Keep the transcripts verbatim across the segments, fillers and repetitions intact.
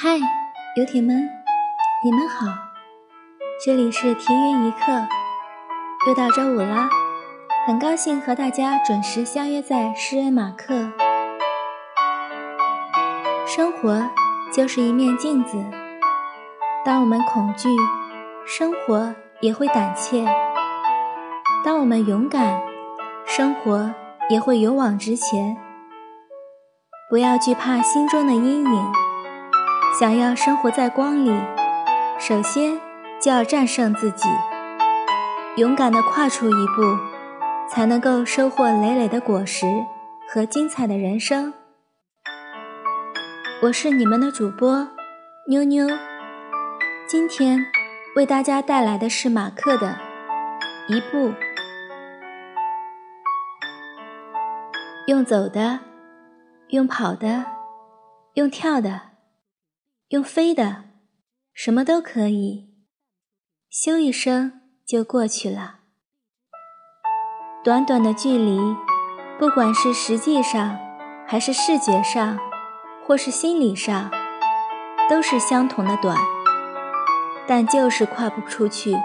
嗨，游艇们，你们好，这里是停云一刻，又到周五啦，很高兴和大家准时相约在诗人马克。生活就是一面镜子，当我们恐惧，生活也会胆怯；当我们勇敢，生活也会勇往直前。不要惧怕心中的阴影，想要生活在光里，首先就要战胜自己，勇敢地跨出一步，才能够收获累累的果实和精彩的人生。我是你们的主播妞妞，今天为大家带来的是马克的一步。用走的，用跑的，用跳的，用飞的，什么都可以，咻一声就过去了。短短的距离，不管是实际上还是视觉上或是心理上，都是相同的短，但就是跨不出去。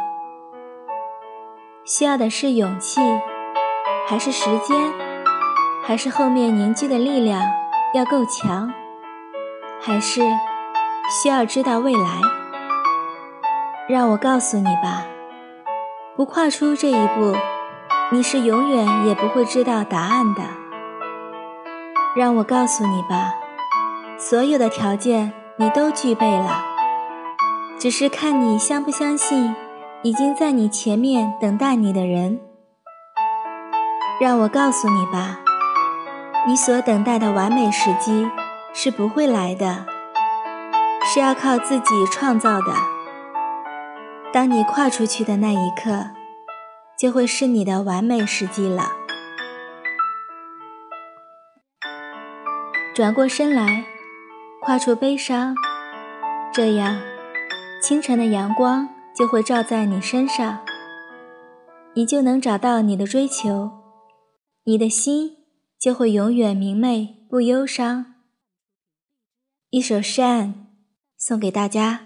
需要的是勇气，还是时间，还是后面凝聚的力量要够强，还是需要知道未来？让我告诉你吧，不跨出这一步，你是永远也不会知道答案的。让我告诉你吧，所有的条件你都具备了，只是看你相不相信已经在你前面等待你的人。让我告诉你吧，你所等待的完美时机是不会来的，是要靠自己创造的。当你跨出去的那一刻，就会是你的完美时机了。转过身来，跨出悲伤，这样清晨的阳光就会照在你身上，你就能找到你的追求，你的心就会永远明媚不忧伤。一首诗案送给大家。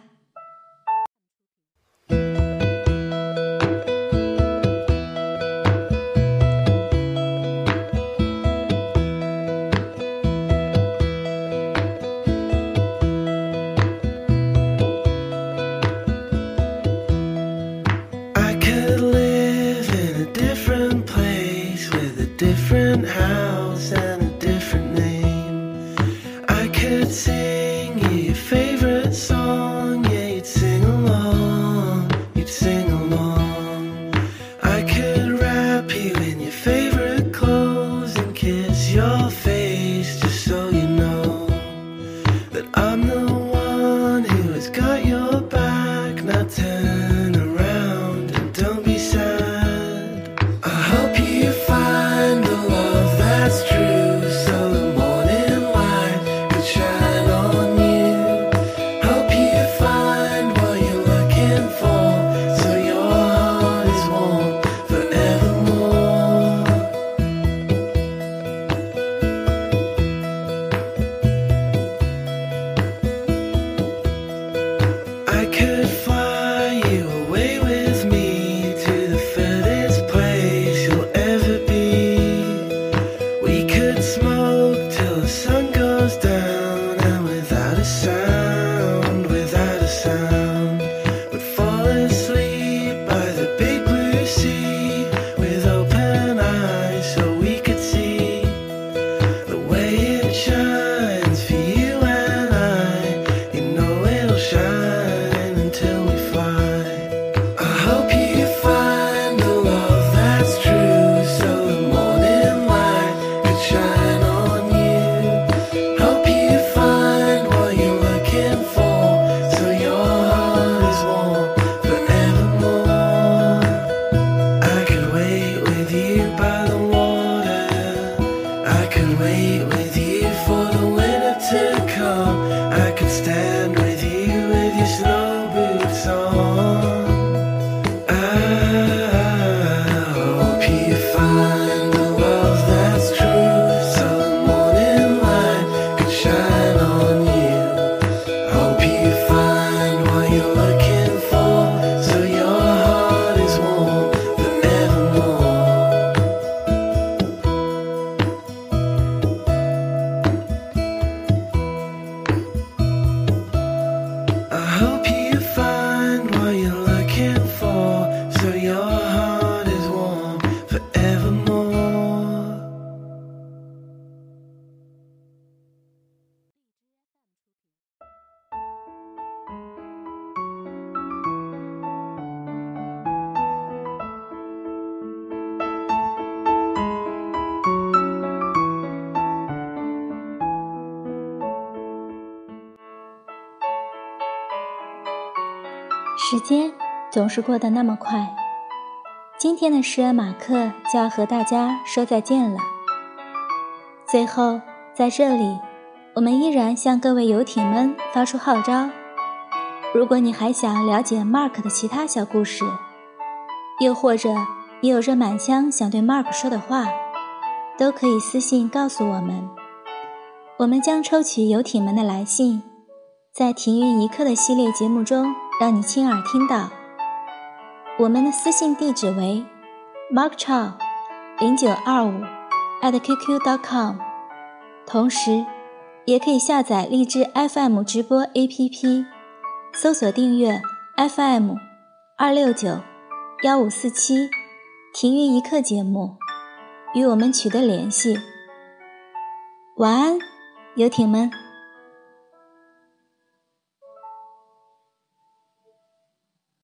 Different house and a different name. I could sing you your favorite song, yeah, you'd sing along, you'd sing along. I could wrap you in your favorite clothes and kiss your face just so you know that I'm the one who has got your back. Now turn around and don't be sad. I hope you find that's true, so the morning light could shine on you. Hope you find what you're looking for, so your heart is warm forevermore. I could fly you away with me to the furthest place you'll ever be. We could smoke till the sun goes down, and without a sound, without a sound, would fall asleep by the big blue sea with open eyes so we could see the way it shines for you and I. You know it'll shine until we fly. I hope you find the love that's true, so the morning light shine on you. Hope you find what you're looking for, so your heart is warm forevermore. I could wait with you by the water, I could wait with you for the winter to come. I could stand with you with your snow boots on. I hope you find the love that's true, so the morning light could shine on you. Hope you 时间总是过得那么快，今天的诗人马克就要和大家说再见了。最后，在这里，我们依然向各位游艇们发出号召，如果你还想了解 Mark 的其他小故事，又或者你有着满腔想对 Mark 说的话，都可以私信告诉我们，我们将抽取游艇们的来信，在停运一刻的系列节目中让你亲耳听到。我们的私信地址为 markchow 零九二五 at q q dot com， 同时也可以下载荔枝 F M 直播 A P P， 搜索订阅 F M 二六九一五四七停运一刻节目，与我们取得联系。晚安，游艇们。